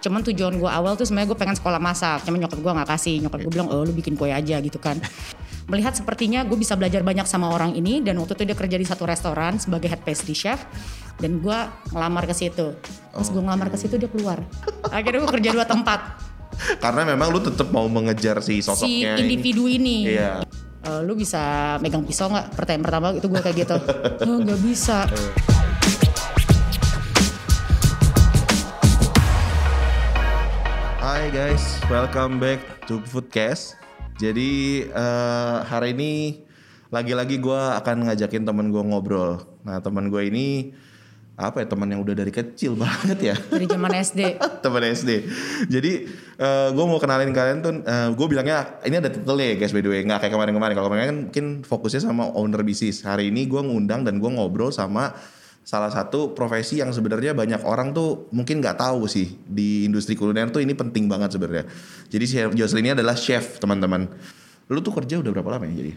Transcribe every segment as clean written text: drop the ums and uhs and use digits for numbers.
Cuman tujuan gue awal tuh sebenarnya gue pengen sekolah masak. Cuman nyokap gue gak kasih. Nyokap gue bilang lu bikin kue aja gitu kan. Melihat sepertinya gue bisa belajar banyak sama orang ini. Dan waktu itu dia kerja di satu restoran sebagai head pastry chef. Dan gue ngelamar ke situ. Pas gue ngelamar ke situ dia keluar. Akhirnya gue kerja 2 tempat. Karena memang lu tetap mau mengejar si sosoknya si individu ini. Iya. Lu bisa megang pisau gak? Pertanyaan pertama itu gue kayak gitu. Gak bisa. Hai guys, welcome back to Foodcast. Jadi hari ini lagi-lagi gue akan ngajakin temen gue ngobrol. Nah temen gue ini teman yang udah dari kecil banget ya. Dari zaman SD. Teman SD. Jadi gue mau kenalin kalian tuh, gue bilangnya ini ada titelnya ya guys by the way. Nggak kayak kemarin-kemarin. Kalau kemarin kan mungkin fokusnya sama owner bisnis. Hari ini gue ngundang dan gue ngobrol sama salah satu profesi yang sebenarnya banyak orang tuh mungkin nggak tahu sih di industri kuliner tuh ini penting banget sebenarnya. Jadi si Jocelyn ini adalah chef teman-teman. Lu tuh kerja udah berapa lama ya jadi?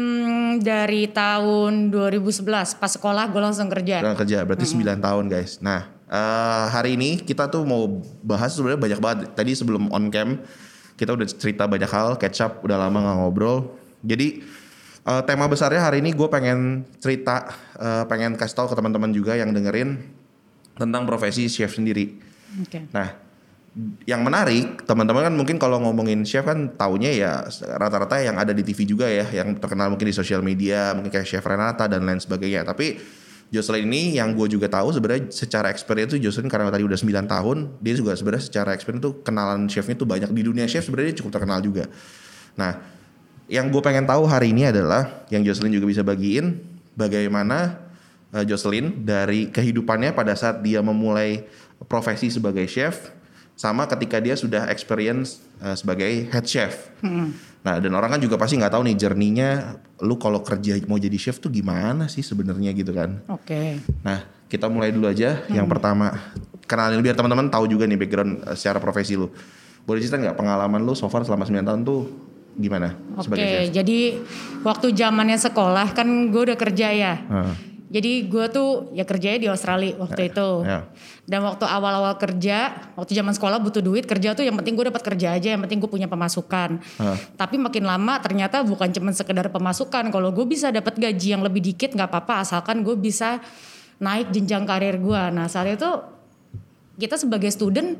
Dari tahun 2011 pas sekolah gue langsung kerja. Berarti 9 tahun guys. Nah hari ini kita tuh mau bahas sebenarnya banyak banget. Tadi sebelum on cam kita udah cerita banyak hal, catch up, udah lama nggak ngobrol. Jadi tema besarnya hari ini gue pengen cerita, pengen kasih tahu ke teman-teman juga yang dengerin tentang profesi chef sendiri. Okay. Nah, yang menarik teman-teman kan mungkin kalau ngomongin chef kan taunya ya rata-rata yang ada di TV juga ya, yang terkenal mungkin di sosial media, mungkin kayak Chef Renata dan lain sebagainya. Tapi Jocelyn ini yang gue juga tahu sebenarnya secara experience tuh Jocelyn karena tadi udah 9 tahun, dia juga sebenarnya secara experience tuh kenalan chefnya tuh banyak di dunia chef sebenarnya cukup terkenal juga. Nah, yang gue pengen tahu hari ini adalah yang Jocelyn juga bisa bagiin bagaimana Jocelyn dari kehidupannya pada saat dia memulai profesi sebagai chef sama ketika dia sudah experience sebagai head chef. Nah dan orang kan juga pasti nggak tahu nih journey-nya lu kalau kerja mau jadi chef tuh gimana sih sebenarnya gitu kan. Oke. Nah kita mulai dulu aja. Yang pertama kenalin biar teman-teman tahu juga nih background secara profesi lu. Boleh cerita nggak pengalaman lu so far selama 9 tahun tuh gimana? Oke, jadi waktu zamannya sekolah kan gue udah kerja ya. Jadi gue tuh ya kerjanya di Australia waktu itu. Dan waktu awal-awal kerja, waktu zaman sekolah butuh duit, kerja tuh yang penting gue dapat kerja aja, yang penting gue punya pemasukan. Tapi makin lama ternyata bukan cuma sekedar pemasukan. Kalau gue bisa dapat gaji yang lebih dikit nggak apa-apa, asalkan gue bisa naik jenjang karir gue. Nah saat itu kita sebagai student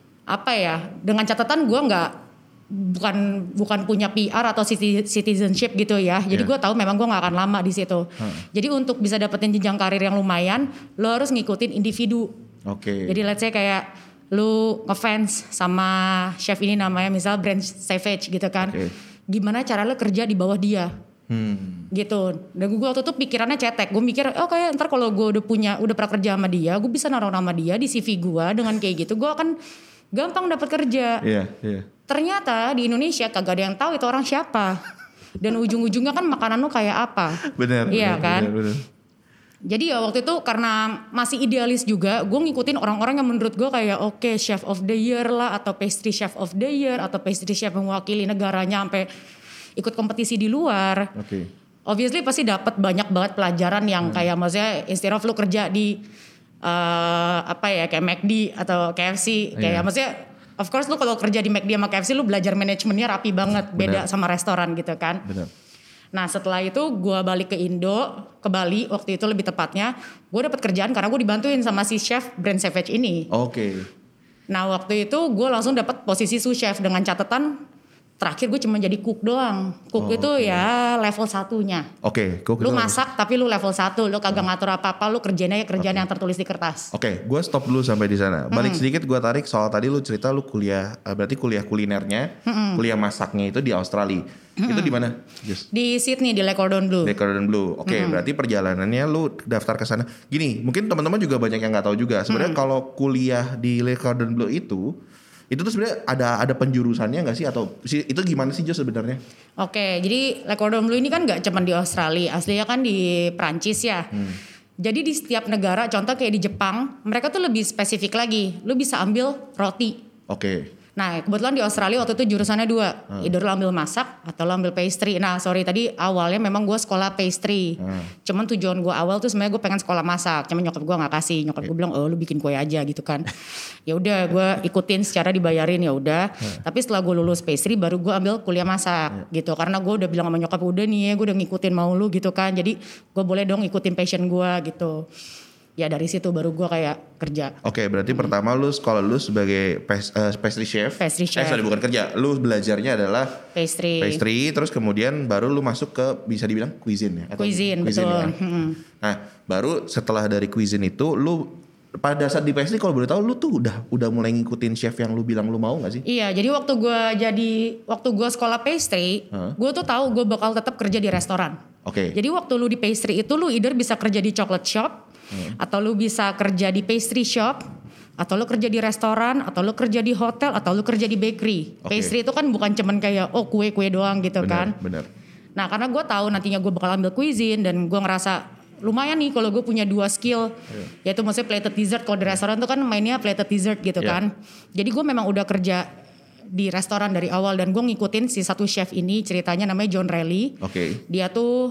dengan catatan gue bukan punya PR atau citizenship gitu ya. Jadi gue tahu memang gue gak akan lama di situ. Jadi untuk bisa dapetin jenjang karir yang lumayan, lo harus ngikutin individu. Jadi let's say kayak lu ngefans sama chef ini namanya misal Brent Savage gitu kan. Gimana cara lo kerja di bawah dia? Gitu. Dan gue waktu itu pikirannya cetek. Gue mikir kayak ntar kalau gue udah pernah kerja sama dia, gue bisa naruh nama dia di CV gue. Dengan kayak gitu gue akan gampang dapat kerja. Ternyata di Indonesia kagak ada yang tahu itu orang siapa. Dan ujung-ujungnya kan makanan lu kayak apa. Benar. Iya kan? Bener. Jadi ya waktu itu karena masih idealis juga, gue ngikutin orang-orang yang menurut gue kayak chef of the year lah, atau pastry chef of the year, atau pastry chef yang mewakili negaranya sampai ikut kompetisi di luar. Obviously pasti dapat banyak banget pelajaran yang kayak maksudnya instead of lu kerja di kayak McD atau KFC kayak maksudnya of course lu kalau kerja di McD sama KFC lu belajar manajemennya rapi banget. Beda sama restoran gitu kan. Bener. Nah setelah itu gue balik ke ke Bali waktu itu lebih tepatnya. Gue dapet kerjaan karena gue dibantuin sama si chef Brent Savage ini. Nah waktu itu gue langsung dapat posisi sous chef dengan catatan terakhir gue cuma jadi cook doang. Cook itu ya level 1-nya. Cook lu masak tapi lu level 1. Lu kagak ngatur apa-apa. Lu kerjanya ya kerjaan yang tertulis di kertas. Gue stop dulu sampai di sana. Balik sedikit gue tarik soal tadi lu cerita lu kuliah. Berarti kuliah kulinernya, kuliah masaknya itu di Australia. Itu di mana? Di Sydney, di Le Cordon Bleu. Berarti perjalanannya lu daftar ke sana. Gini, mungkin teman-teman juga banyak yang nggak tahu juga. Sebenarnya kalau kuliah di Le Cordon Bleu itu tuh sebenarnya ada penjurusannya nggak sih atau itu gimana sih Jo sebenarnya? Jadi Le Cordon Bleu ini kan nggak cuma di Australia, aslinya kan di Prancis ya. Jadi di setiap negara, contoh kayak di Jepang, mereka tuh lebih spesifik lagi. Lu bisa ambil roti. Nah kebetulan di Australia waktu itu jurusannya 2, either lo ambil masak atau lo ambil pastry. Nah sorry tadi awalnya memang gue sekolah pastry, cuman tujuan gue awal tuh sebenarnya gue pengen sekolah masak, cuman nyokap gue nggak kasih, nyokap gue bilang lu bikin kue aja gitu kan. Ya udah gue ikutin secara dibayarin ya udah. Tapi setelah gue lulus pastry baru gue ambil kuliah masak gitu, karena gue udah bilang sama nyokap udah nih ya gue udah ngikutin mau lu gitu kan, jadi gue boleh dong ikutin passion gue gitu. Ya dari situ baru gue kayak kerja. Oke, berarti pertama lu sekolah lu sebagai pastry chef. Pastry chef. Sorry bukan kerja. Lu belajarnya adalah pastry. Terus kemudian baru lu masuk ke bisa dibilang cuisine ya? Cuisine betul. Ya? Nah, baru setelah dari cuisine itu lu pada saat di pastry kalau boleh tahu lu tuh udah mulai ngikutin chef yang lu bilang lu mau gak sih? Iya, jadi waktu gue sekolah pastry, gue tuh tahu gue bakal tetap kerja di restoran. Oke. Jadi waktu lu di pastry itu lu either bisa kerja di chocolate shop, atau lu bisa kerja di pastry shop, atau lu kerja di restoran, atau lu kerja di hotel, atau lu kerja di bakery. Pastry itu kan bukan cuman kayak kue-kue doang gitu kan. Bener. Nah karena gue tahu nantinya gue bakal ambil cuisine dan gue ngerasa lumayan nih kalau gue punya 2 skill, yaitu maksudnya plated dessert. Kalau di restoran tuh kan mainnya plated dessert gitu kan. Jadi gue memang udah kerja di restoran dari awal dan gue ngikutin si satu chef ini, ceritanya namanya John Relly. Dia tuh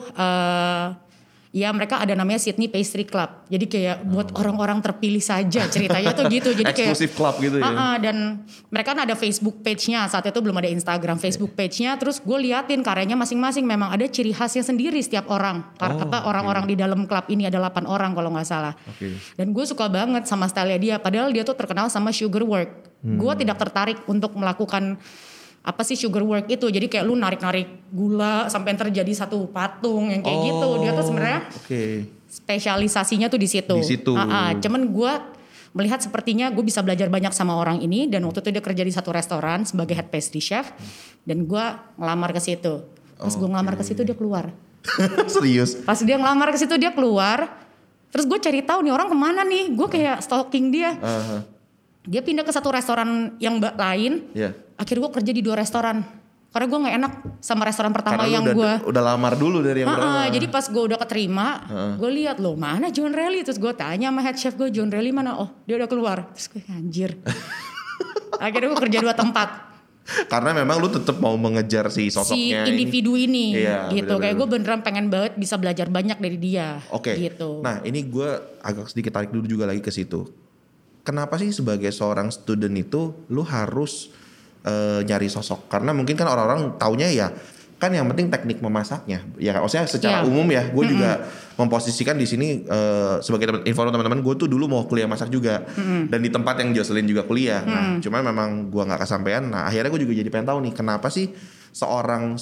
ya mereka ada namanya Sydney Pastry Club. Jadi kayak buat orang-orang terpilih saja ceritanya tuh gitu. Jadi kayak eksklusif club gitu ya. Dan mereka kan ada Facebook page-nya. Saat itu belum ada Instagram, Facebook page-nya. Terus gue liatin karyanya masing-masing, memang ada ciri khasnya sendiri setiap orang. Orang-orang di dalam klub ini ada 8 orang kalau nggak salah. Dan gue suka banget sama style dia. Padahal dia tuh terkenal sama sugar work. Gue tidak tertarik untuk melakukan sugar work itu. Jadi kayak lu narik-narik gula sampai terjadi satu patung yang kayak gitu. Dia tuh sebenarnya spesialisasinya tuh di situ. Cuman gue melihat sepertinya gue bisa belajar banyak sama orang ini, dan waktu itu dia kerja di satu restoran sebagai head pastry chef, dan gue ngelamar ke situ. Pas gue ngelamar ke situ dia keluar. Serius? Pas dia ngelamar ke situ dia keluar, terus gue cari tahu nih orang kemana nih. Gue kayak stalking dia. Dia pindah ke satu restoran yang lain. Akhirnya gue kerja di 2 restoran. Karena gue gak enak sama restoran pertama yang gue. Udah lamar dulu dari yang pertama. Jadi pas gue udah keterima, gue lihat loh mana John Relly. Terus gue tanya sama head chef gue, John Relly mana? Oh dia udah keluar. Terus gue anjir. Akhirnya gue kerja 2 tempat. Karena memang lu tetap mau mengejar si sosoknya, si individu ini bener-bener. gitu. Kayak gue beneran pengen banget bisa belajar banyak dari dia. Gitu. Nah ini gue agak sedikit tarik dulu juga lagi ke situ. Kenapa sih sebagai seorang student itu lu harus nyari sosok? Karena mungkin kan orang-orang taunya ya kan yang penting teknik memasaknya. Ya maksudnya secara umum ya, gue juga memposisikan di sini sebagai info teman-teman, gue tuh dulu mau kuliah masak juga. Dan di tempat yang Jocelyn juga kuliah. Nah, cuman memang gue gak kesampaian. Nah, akhirnya gue juga jadi pengen tahu nih kenapa sih seorang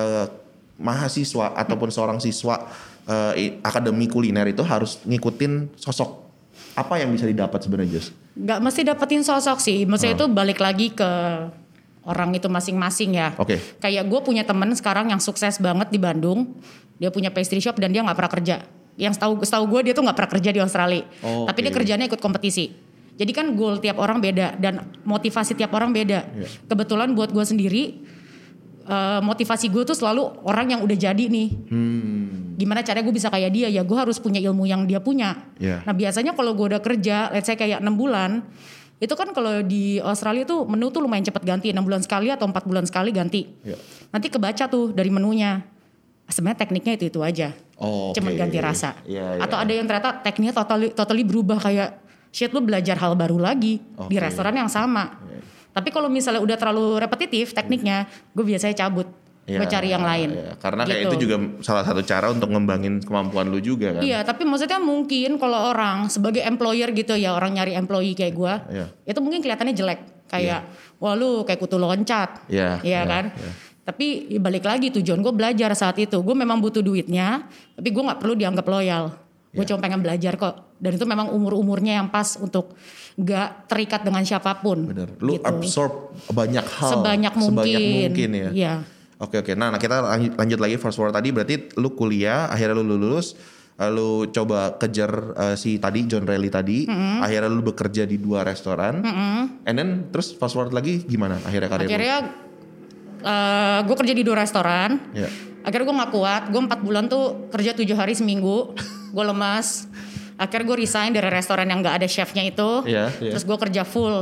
mahasiswa ataupun seorang siswa akademi kuliner itu harus ngikutin sosok. Apa yang bisa didapat sebenarnya, Jos? Gak mesti dapetin sosok sih. Maksudnya itu balik lagi ke orang itu masing-masing ya. Kayak gue punya temen sekarang yang sukses banget di Bandung. Dia punya pastry shop dan dia gak pernah kerja. Yang setahu gue dia tuh gak pernah kerja di Australia. Tapi dia kerjanya ikut kompetisi. Jadi kan goal tiap orang beda dan motivasi tiap orang beda. Kebetulan buat gue sendiri, motivasi gue tuh selalu orang yang udah jadi nih. Gimana caranya gue bisa kayak dia? Ya gue harus punya ilmu yang dia punya. Nah biasanya kalau gue udah kerja, let's say kayak 6 bulan, itu kan kalau di Australia tuh menu tuh lumayan cepat ganti, 6 bulan sekali atau 4 bulan sekali ganti. Nanti kebaca tuh dari menunya. Sebenarnya tekniknya itu aja. Cuman ganti rasa. Atau ada yang ternyata tekniknya totally berubah, kayak shit lu belajar hal baru lagi di restoran yang sama. Tapi kalau misalnya udah terlalu repetitif tekniknya, gue biasanya cabut. Gue cari yang lain. Karena kayak itu juga salah satu cara untuk ngembangin kemampuan lu juga kan. Iya, tapi maksudnya mungkin kalau orang sebagai employer gitu ya, orang nyari employee kayak gue, itu mungkin kelihatannya jelek. Kayak, wah lu kayak kutu loncat. Iya kan? Tapi balik lagi tujuan gue belajar saat itu. Gue memang butuh duitnya, tapi gue gak perlu dianggap loyal. Gue cuma pengen belajar kok. Dan itu memang umur-umurnya yang pas untuk gak terikat dengan siapapun. Bener. Lu gitu. Absorb banyak hal. Sebanyak mungkin ya. Iya. Oke. Nah kita lanjut lagi fast forward tadi. Berarti lu kuliah, akhirnya lu lulus, lu coba kejar si tadi John Relly tadi, akhirnya lu bekerja di 2 restoran, and then terus fast forward lagi gimana akhirnya karir lu? Akhirnya gue kerja di 2 restoran, akhirnya gue gak kuat, gue 4 bulan tuh kerja 7 hari seminggu, gue lemas, akhirnya gue resign dari restoran yang gak ada chefnya itu, terus gue kerja full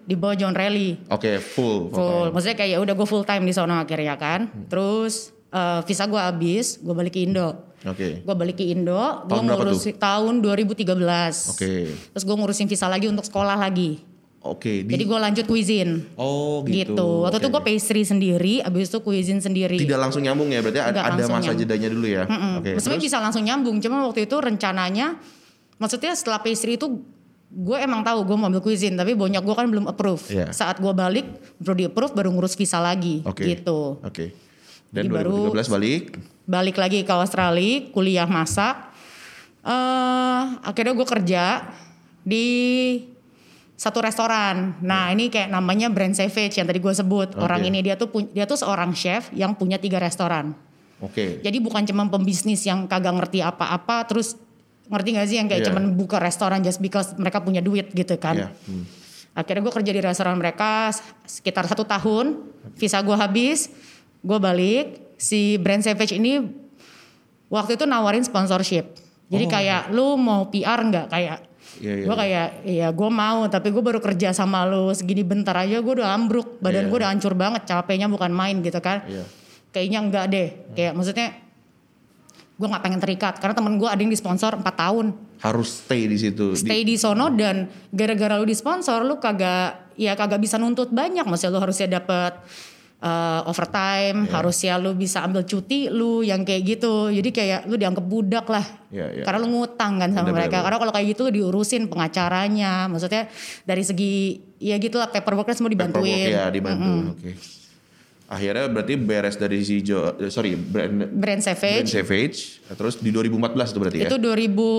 di bawah John Relly. Oke, full. Maksudnya kayak ya udah gue full time di sono akhirnya kan. Terus visa gue habis, gue balik ke Indo. Gue balik ke Indo, gue ngurusin tahun 2013. Terus gue ngurusin visa lagi untuk sekolah lagi. Jadi gue lanjut cuisine. Oh gitu. Waktu itu gue pastry sendiri, abis itu cuisine sendiri. Tidak langsung nyambung ya, berarti ada masa jedanya dulu ya. Maksudnya bisa langsung nyambung, cuma waktu itu rencananya, maksudnya setelah pastry itu gue emang tahu gue mau ambil cuisine, tapi banyak gue kan belum approve. Saat gue balik baru di approve, baru ngurus visa lagi gitu. Dan 2013 balik lagi ke Australia, kuliah masak. Akhirnya gue kerja di satu restoran. Nah ini kayak namanya Brand Savage yang tadi gue sebut. Orang ini dia tuh seorang chef yang punya 3 restoran. Jadi bukan cuma pembisnis yang kagak ngerti apa-apa, terus ngerti gak sih yang kayak cuman buka restoran just because mereka punya duit gitu kan. Akhirnya gue kerja di restoran mereka sekitar 1 tahun. Visa gue habis, gue balik. Si Brand Savage ini waktu itu nawarin sponsorship. Jadi kayak lu mau PR nggak kayak? Gue kayak ya gue mau, tapi gue baru kerja sama lu segini bentar aja gue udah ambruk, badan gue udah hancur banget, capeknya bukan main gitu kan. Kayaknya enggak deh, kayak maksudnya gue nggak pengen terikat karena temen gue ada yang disponsor 4 tahun. Harus stay di situ. Stay di sono dan gara-gara lu disponsor lu kagak bisa nuntut banyak, maksudnya lu harusnya dapet overtime, harusnya lu bisa ambil cuti lu yang kayak gitu. Jadi kayak lu dianggap budak lah. Karena lu ngutang kan sama mereka. Karena kalau kayak gitu lu diurusin pengacaranya. Maksudnya dari segi ya gitulah paperworknya semua dibantuin. Dibantu. Akhirnya berarti beres dari si Brand Savage. Terus di 2014 itu berarti ya? Itu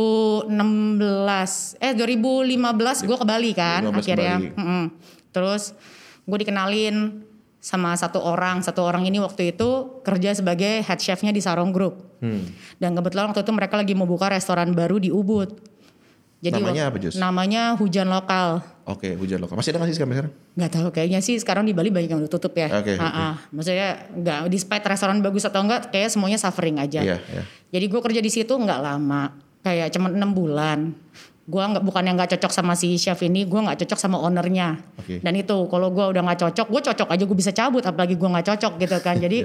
2015 gue ke Bali kan akhirnya. Terus gue dikenalin sama satu orang ini waktu itu kerja sebagai head chefnya di Sarong Group. Dan kebetulan waktu itu mereka lagi mau buka restoran baru di Ubud. Jadi namanya apa Jus? Namanya Hujan Lokal. Hujan Lokal. Masih ada nggak sih sekarang? Nggak tahu, kayaknya sih sekarang di Bali banyak yang udah tutup ya. Maksudnya nggak, despite restoran bagus atau enggak, kayak semuanya suffering aja. Jadi gue kerja di situ nggak lama, kayak cuma 6 bulan. Gue bukan yang nggak cocok sama si chef ini, gue nggak cocok sama ownernya. Dan itu kalau gue udah nggak cocok, gue cocok aja gue bisa cabut, apalagi gue nggak cocok gitu kan. Jadi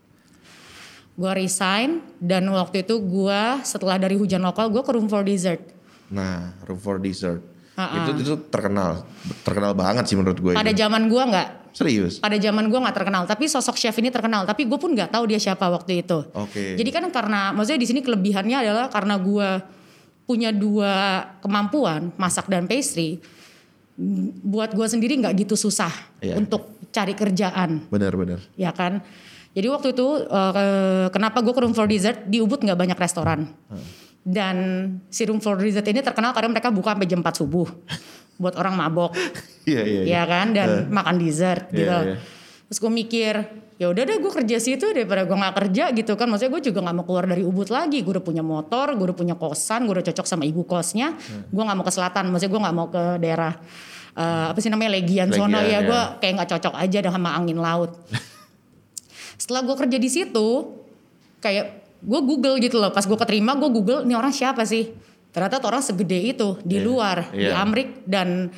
gue resign dan waktu itu gue setelah dari Hujan Lokal gue ke Room for Dessert. Nah, Room for Dessert itu terkenal banget sih menurut gue. Pada zaman gue nggak. Serius? Pada zaman gue nggak terkenal, tapi sosok chef ini terkenal. Tapi gue pun nggak tahu dia siapa waktu itu. Jadi kan karena maksudnya di sini kelebihannya adalah karena gue punya 2 kemampuan, masak dan pastry, buat gue sendiri nggak gitu susah untuk cari kerjaan. Benar. Ya kan. Jadi waktu itu kenapa gue ke Room for Dessert, di Ubud nggak banyak restoran. Dan si Room for Dessert ini terkenal karena mereka buka sampai jam 4 subuh buat orang mabok. Ya kan, dan makan dessert gitu. Terus gue mikir, ya udah deh gue kerja situ daripada gue nggak kerja gitu kan. Maksudnya gue juga nggak mau keluar dari Ubud lagi. Gue udah punya motor, gue udah punya kosan, gue udah cocok sama ibu kosnya. Gue nggak mau ke selatan, maksudnya gue nggak mau ke daerah apa sih namanya Legian sono ya. Gue kayak nggak cocok aja sama angin laut. Setelah gue kerja di situ, kayak gue Google gitu loh. Pas gue keterima, gue Google ini orang siapa sih? Ternyata orang segede itu di luar, di Amrik dan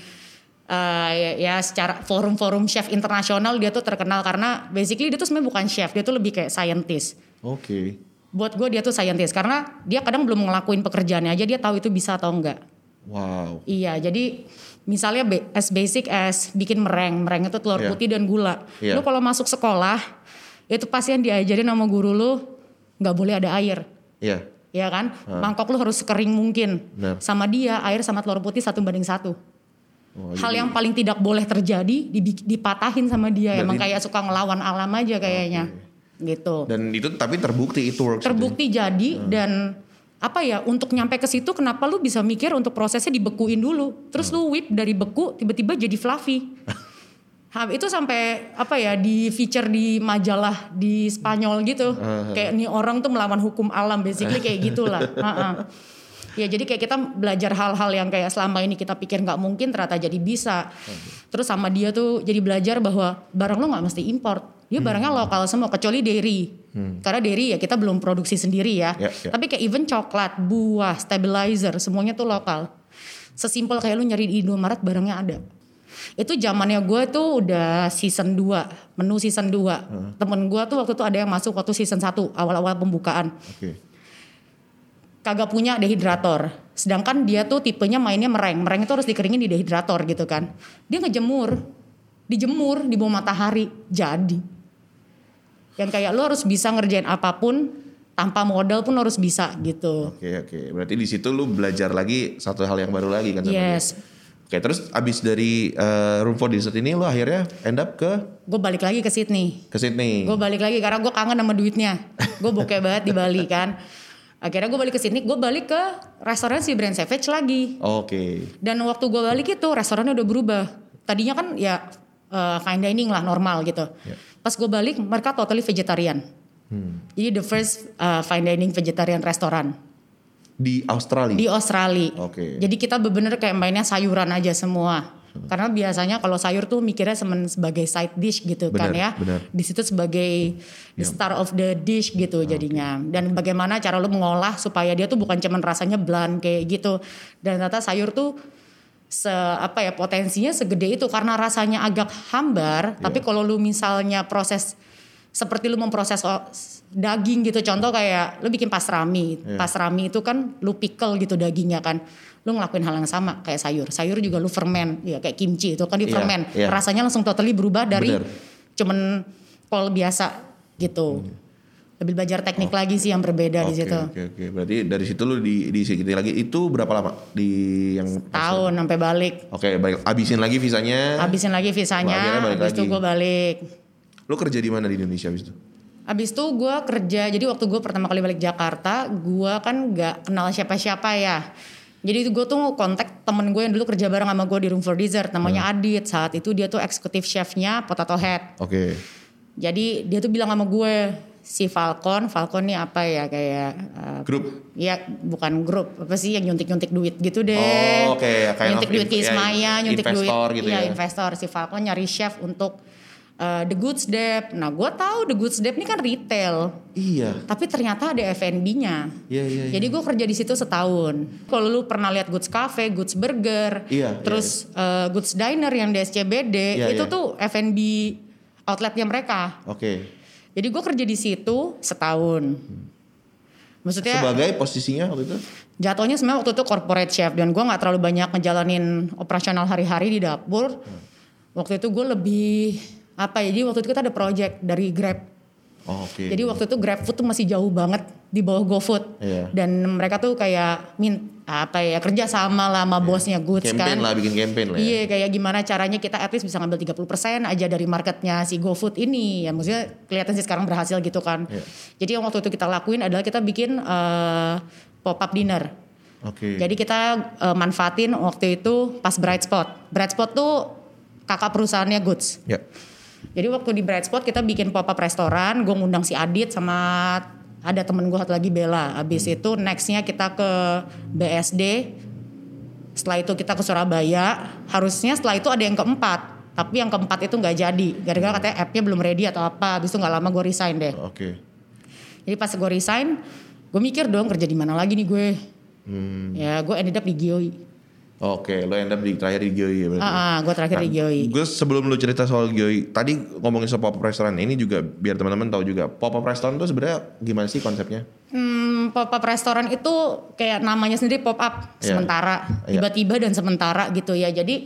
ya secara forum-forum chef internasional dia tuh terkenal karena basically dia tuh sebenarnya bukan chef, dia tuh lebih kayak scientist. Buat gue dia tuh scientist karena dia kadang belum ngelakuin pekerjaannya aja dia tahu itu bisa atau enggak. Iya, jadi misalnya as basic as bikin mereng itu telur putih dan gula. Lu kalau masuk sekolah itu pasti yang diajarin sama guru lu nggak boleh ada air. Ya kan, mangkok lu harus sekering mungkin. Sama dia air sama telur putih 1:1. Hal yang paling tidak boleh terjadi dipatahin sama dia. Emang kayak suka ngelawan alam aja kayaknya. Gitu. Dan itu tapi terbukti itu works. Terbukti jadi dan apa ya, untuk nyampe ke situ kenapa lu bisa mikir untuk prosesnya dibekuin dulu. Terus lu whip dari beku tiba-tiba jadi fluffy. Itu sampai apa ya, di feature di majalah di Spanyol gitu. Kayak nih orang tuh melawan hukum alam, basically kayak gitulah. Ya jadi kayak kita belajar hal-hal yang kayak selama ini kita pikir nggak mungkin ternyata jadi bisa. Terus sama dia tuh jadi belajar bahwa barang lo nggak mesti import. Dia barangnya lokal semua kecuali dairy. Karena dairy ya kita belum produksi sendiri ya. Tapi kayak even coklat, buah, stabilizer semuanya tuh lokal. Sesimpel kayak lu nyari di Indomaret barangnya ada. Itu zamannya gue tuh udah season 2, menu season 2. Temen gue tuh waktu itu ada yang masuk waktu season 1, awal-awal pembukaan. Kagak punya dehidrator. Sedangkan dia tuh tipenya mainnya mereng. Mereng itu harus dikeringin di dehidrator gitu kan. Dia dijemur di bawah matahari, jadi. Yang kayak lo harus bisa ngerjain apapun, tanpa modal pun harus bisa gitu. Oke. Berarti di situ lu belajar lagi satu hal yang baru lagi kan sama Yes. dia. Oke, terus abis dari Room for Dessert ini lu akhirnya end up ke? Gue balik lagi ke Sydney. Gue balik lagi karena gue kangen sama duitnya. Gue bokeh banget di Bali kan. Akhirnya gue balik ke Sydney, gue balik ke restoran si Brand Savage lagi. Dan waktu gue balik itu restorannya udah berubah. Tadinya kan ya fine dining lah, normal gitu. Pas gue balik mereka totally vegetarian. Jadi the first fine dining vegetarian restoran. Di Australia? Di Australia. Jadi kita bener-bener kayak mainnya sayuran aja semua. Karena biasanya kalau sayur tuh mikirnya sebagai side dish gitu kan ya. Di situ sebagai the star of the dish gitu jadinya. Dan bagaimana cara lu mengolah supaya dia tuh bukan cuman rasanya bland kayak gitu. Dan ternyata sayur tuh potensinya segede itu karena rasanya agak hambar. Tapi kalau lu misalnya proses seperti lu memproses daging gitu, contoh kayak lu bikin pastrami. Pastrami itu kan lu pickle gitu dagingnya kan. Lu ngelakuin hal yang sama kayak sayur juga lu ferment, ya kayak kimchi itu kan di ferment. Rasanya langsung totally berubah dari cuman kol biasa gitu. Lebih belajar teknik lagi sih yang berbeda di situ. Oke. Berarti dari situ lu di situ lagi itu berapa lama di yang tahun sampai balik. Balik. Abisin lagi visanya. Habis itu gue balik. Lu kerja di mana di Indonesia abis itu? Abis itu gue kerja, jadi waktu gue pertama kali balik Jakarta, gue kan gak kenal siapa-siapa ya. Jadi gue tuh kontak temen gue yang dulu kerja bareng sama gue di Room for Dessert, namanya Adit. Saat itu dia tuh eksekutif chefnya Potato Head. Jadi dia tuh bilang sama gue, si Falcon nih apa ya kayak grup? Ya bukan grup, apa sih yang nyuntik duit gitu deh. Kayak nyuntik duit ke Ismaya, nyuntik investor duit. Gitu ya. Investor. Si Falcon nyari chef untuk The Goods Dep. Nah gue tahu The Goods Dep ini kan retail. Iya. Tapi ternyata ada F&B-nya. Iya. Jadi gue kerja di situ setahun. Kalau lu pernah lihat Goods Cafe, Goods Burger, terus Goods Diner yang di SCBD, itu tuh F&B outletnya mereka. Jadi gue kerja di situ setahun. Maksudnya sebagai posisinya waktu itu? Jatuhnya sebenarnya waktu itu corporate chef dan gue nggak terlalu banyak ngejalanin operasional hari-hari di dapur. Waktu itu gue lebih jadi waktu itu kita ada project dari Grab. Jadi waktu itu Grab Food tuh masih jauh banget di bawah GoFood. Dan mereka tuh kayak kerja sama lah sama bosnya Goods campaign kan. Bikin campaign lah. Iya, kayak gimana caranya kita at least bisa ngambil 30% aja dari marketnya si GoFood ini. Ya maksudnya kelihatan sih sekarang berhasil gitu kan. Jadi yang waktu itu kita lakuin adalah kita bikin pop up dinner. Jadi kita manfaatin waktu itu pas Bright Spot. Bright Spot tuh kakak perusahaannya Goods. Jadi waktu di Bright Spot kita bikin pop up restoran, gue ngundang si Adit sama ada temen gue satu lagi Bella. Abis itu nextnya kita ke BSD, setelah itu kita ke Surabaya. Harusnya setelah itu ada yang keempat, tapi yang keempat itu nggak jadi. Gara-gara katanya app-nya belum ready atau apa. Abis itu nggak lama gue resign deh. Jadi pas gue resign, gue mikir dong kerja di mana lagi nih gue. Ya gue ended up di Gioi. Lo end up terakhir di Gioi ya berarti. Gue terakhir di Gioi. Gue sebelum lu cerita soal Gioi, tadi ngomongin soal pop-up restoran, ini juga biar teman-teman tahu juga. Pop-up restoran tuh sebenarnya gimana sih konsepnya? Pop-up restoran itu kayak namanya sendiri pop-up, sementara. Tiba-tiba dan sementara gitu ya. Jadi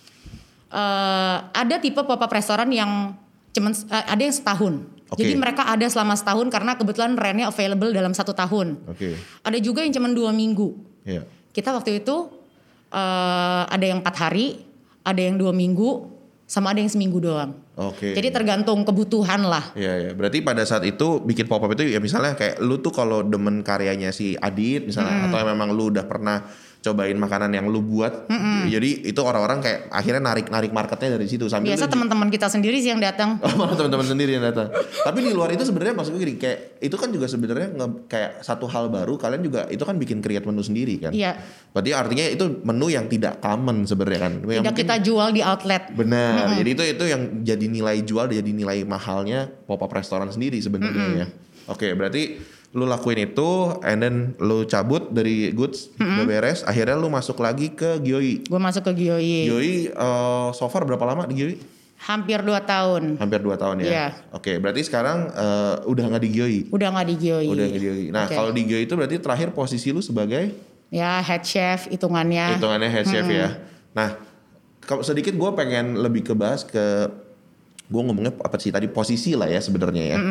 ada tipe pop-up restoran yang ada yang setahun. Jadi mereka ada selama setahun karena kebetulan rentnya available dalam 1 tahun. Ada juga yang cuma 2 minggu. Kita waktu itu ada yang 4 hari, ada yang 2 minggu, sama ada yang seminggu doang. Jadi tergantung kebutuhan lah. Berarti pada saat itu bikin pop up itu ya misalnya kayak lu tuh kalau demen karyanya si Adit misalnya, atau memang lu udah pernah cobain makanan yang lu buat, jadi itu orang-orang kayak akhirnya narik marketnya dari situ. Sambil biasa teman-teman kita sendiri sih yang datang. Malah teman-teman sendiri yang datang. Tapi di luar itu sebenarnya maksud gue gini, kayak itu kan juga sebenarnya kayak satu hal baru. Kalian juga itu kan bikin create menu sendiri kan. Berarti artinya itu menu yang tidak common sebenarnya kan. Tidak kita jual di outlet. Benar. Jadi itu yang jadi nilai jual, jadi nilai mahalnya pop up restoran sendiri sebenarnya ya. Berarti Lu lakuin itu, and then lu cabut dari Goods, udah beres. Akhirnya lu masuk lagi ke Gioi. Gue masuk ke Gioi. Gioi, so far berapa lama di Gioi? Hampir 2 tahun. Hampir 2 tahun ya? Iya. Oke, berarti sekarang udah gak di Gioi? Udah gak di Gioi. Udah di Gioi. Nah, kalau di Gioi itu berarti terakhir posisi lu sebagai? Ya, head chef hitungannya. Hitungannya head chef ya. Nah, sedikit gue pengen lebih kebahas ke, gue ngomongnya apa sih tadi, posisi lah ya sebenarnya ya.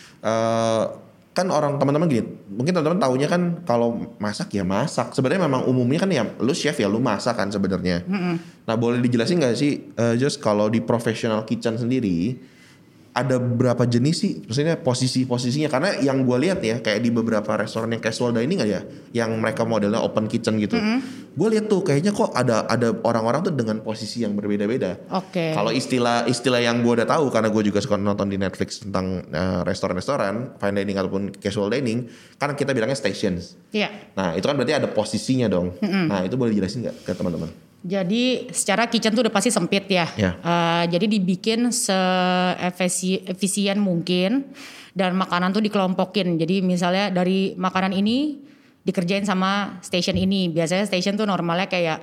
Kan orang teman-teman gini, mungkin teman-teman taunya kan kalau masak ya masak. Sebenarnya memang umumnya kan ya lu chef ya lu masak kan sebenarnya. Nah, boleh dijelasin nggak sih, just kalau di professional kitchen sendiri ada berapa jenis sih? Maksudnya posisinya, karena yang gue lihat ya kayak di beberapa restoran yang casual dining aja, yang mereka modelnya open kitchen gitu. Gue lihat tuh kayaknya kok ada orang-orang tuh dengan posisi yang berbeda-beda. Oke. Kalau istilah yang gue udah tahu, karena gue juga suka nonton di Netflix tentang restoran-restoran fine dining ataupun casual dining, kan kita bilangnya stations. Iya. Nah, itu kan berarti ada posisinya dong. Nah, itu boleh dijelasin nggak ke teman-teman? Jadi secara kitchen tuh udah pasti sempit ya. Jadi dibikin se-efisien mungkin dan makanan tuh dikelompokin. Jadi misalnya dari makanan ini dikerjain sama station ini. Biasanya station tuh normalnya kayak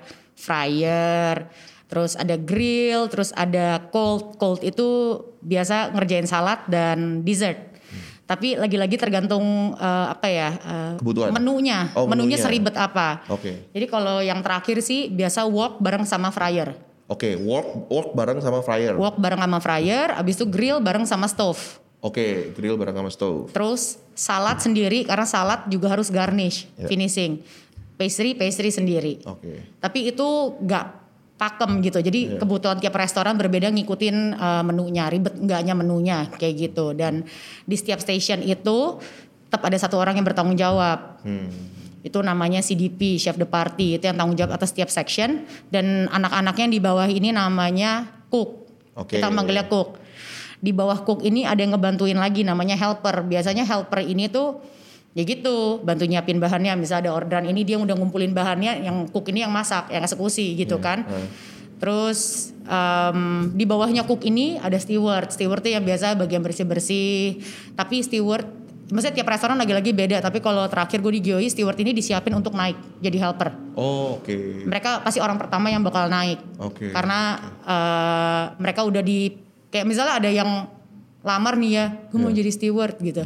fryer, terus ada grill, terus ada cold. Cold itu biasa ngerjain salad dan dessert. Tapi lagi-lagi tergantung kebutuhan. Menunya. Menunya seribet apa. Oke. Jadi kalau yang terakhir sih biasa wok bareng sama fryer. Oke, wok bareng sama fryer. Wok bareng sama fryer, abis itu grill bareng sama stove. Oke, grill bareng sama stove. Terus salad sendiri, karena salad juga harus garnish, finishing. Pastry sendiri. Oke. Tapi itu gak pakem gitu. Jadi kebutuhan tiap restoran berbeda ngikutin menunya, ribet enggaknya menunya kayak gitu. Dan di setiap station itu tetap ada satu orang yang bertanggung jawab. Itu namanya CDP, chef de party. Itu yang tanggung jawab atas setiap section. Dan anak-anaknya yang di bawah ini namanya cook. Kita manggilnya cook. Di bawah cook ini ada yang ngebantuin lagi namanya helper. Biasanya helper ini tuh ya gitu, bantu nyiapin bahannya. Misalnya ada orderan ini, dia udah ngumpulin bahannya, yang cook ini yang masak, yang eksekusi gitu kan. Terus di bawahnya cook ini ada steward. Steward tuh yang biasa bagian bersih-bersih. Tapi steward, maksudnya tiap restoran lagi-lagi beda. Tapi kalau terakhir gue di Gioi, steward ini disiapin untuk naik jadi helper. Oke. Mereka pasti orang pertama yang bakal naik. Karena mereka udah kayak misalnya ada yang lamar nih ya, gue mau jadi steward gitu.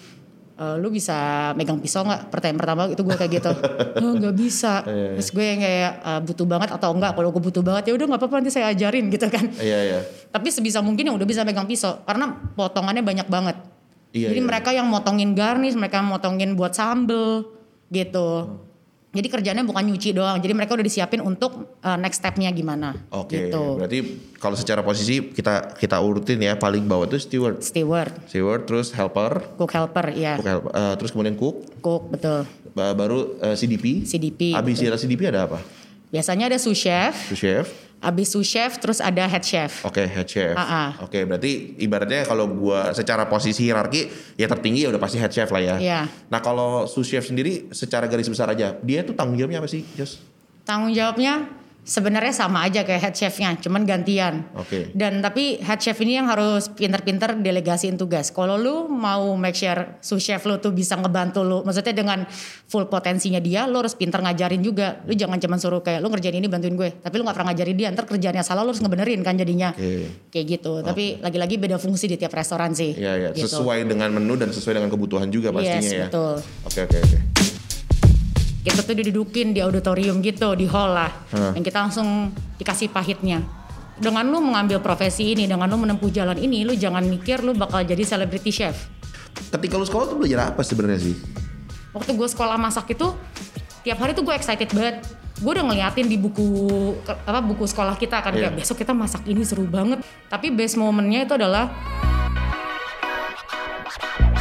Lu bisa megang pisau nggak? Pertanyaan pertama itu gue kayak gitu. Nggak bisa. Terus gue yang kayak butuh banget atau enggak. Kalau gue butuh banget ya udah nggak apa-apa, nanti saya ajarin gitu kan. Tapi sebisa mungkin yang udah bisa megang pisau karena potongannya banyak banget. Jadi mereka yang motongin garnish, mereka yang motongin buat sambel gitu. Jadi kerjanya bukan nyuci doang. Jadi mereka udah disiapin untuk next stepnya gimana. Gitu. Berarti kalau secara posisi kita urutin ya, paling bawah tuh steward, terus helper. Cook helper, ya. Terus kemudian cook, betul. Baru CDP. Abis CDP ada apa? Biasanya ada sous chef. Abis sous chef terus ada head chef. Head chef. Oke, berarti ibaratnya kalau gua secara posisi hierarki ya tertinggi ya udah pasti head chef lah ya. Nah, kalau sous chef sendiri secara garis besar aja, dia tuh tanggung jawabnya apa sih, Jos? Tanggung jawabnya sebenarnya sama aja kayak head chefnya, cuman gantian. Dan tapi head chef ini yang harus pinter-pinter delegasiin tugas. Kalau lu mau make sure sous chef lu tuh bisa ngebantu lu, maksudnya dengan full potensinya dia, lu harus pinter ngajarin juga. Lu jangan cuma suruh kayak lu ngerjain ini bantuin gue, tapi lu nggak pernah ngajarin dia, ntar kerjaannya salah lu harus ngebenerin kan jadinya. Kayak gitu. Tapi lagi-lagi beda fungsi di tiap restoran sih. Gitu. Sesuai dengan menu dan sesuai dengan kebutuhan juga pastinya ya. Betul. Oke. Kita tuh didudukin di auditorium gitu, di hall lah. Dan kita langsung dikasih pahitnya. Dengan lu mengambil profesi ini, dengan lu menempuh jalan ini, lu jangan mikir lu bakal jadi celebrity chef. Ketika lu sekolah tuh belajar apa sebenarnya sih? Waktu gue sekolah masak itu, tiap hari tuh gue excited banget. Gue udah ngeliatin di buku sekolah kita kan, kayak besok kita masak ini seru banget. Tapi best momennya itu adalah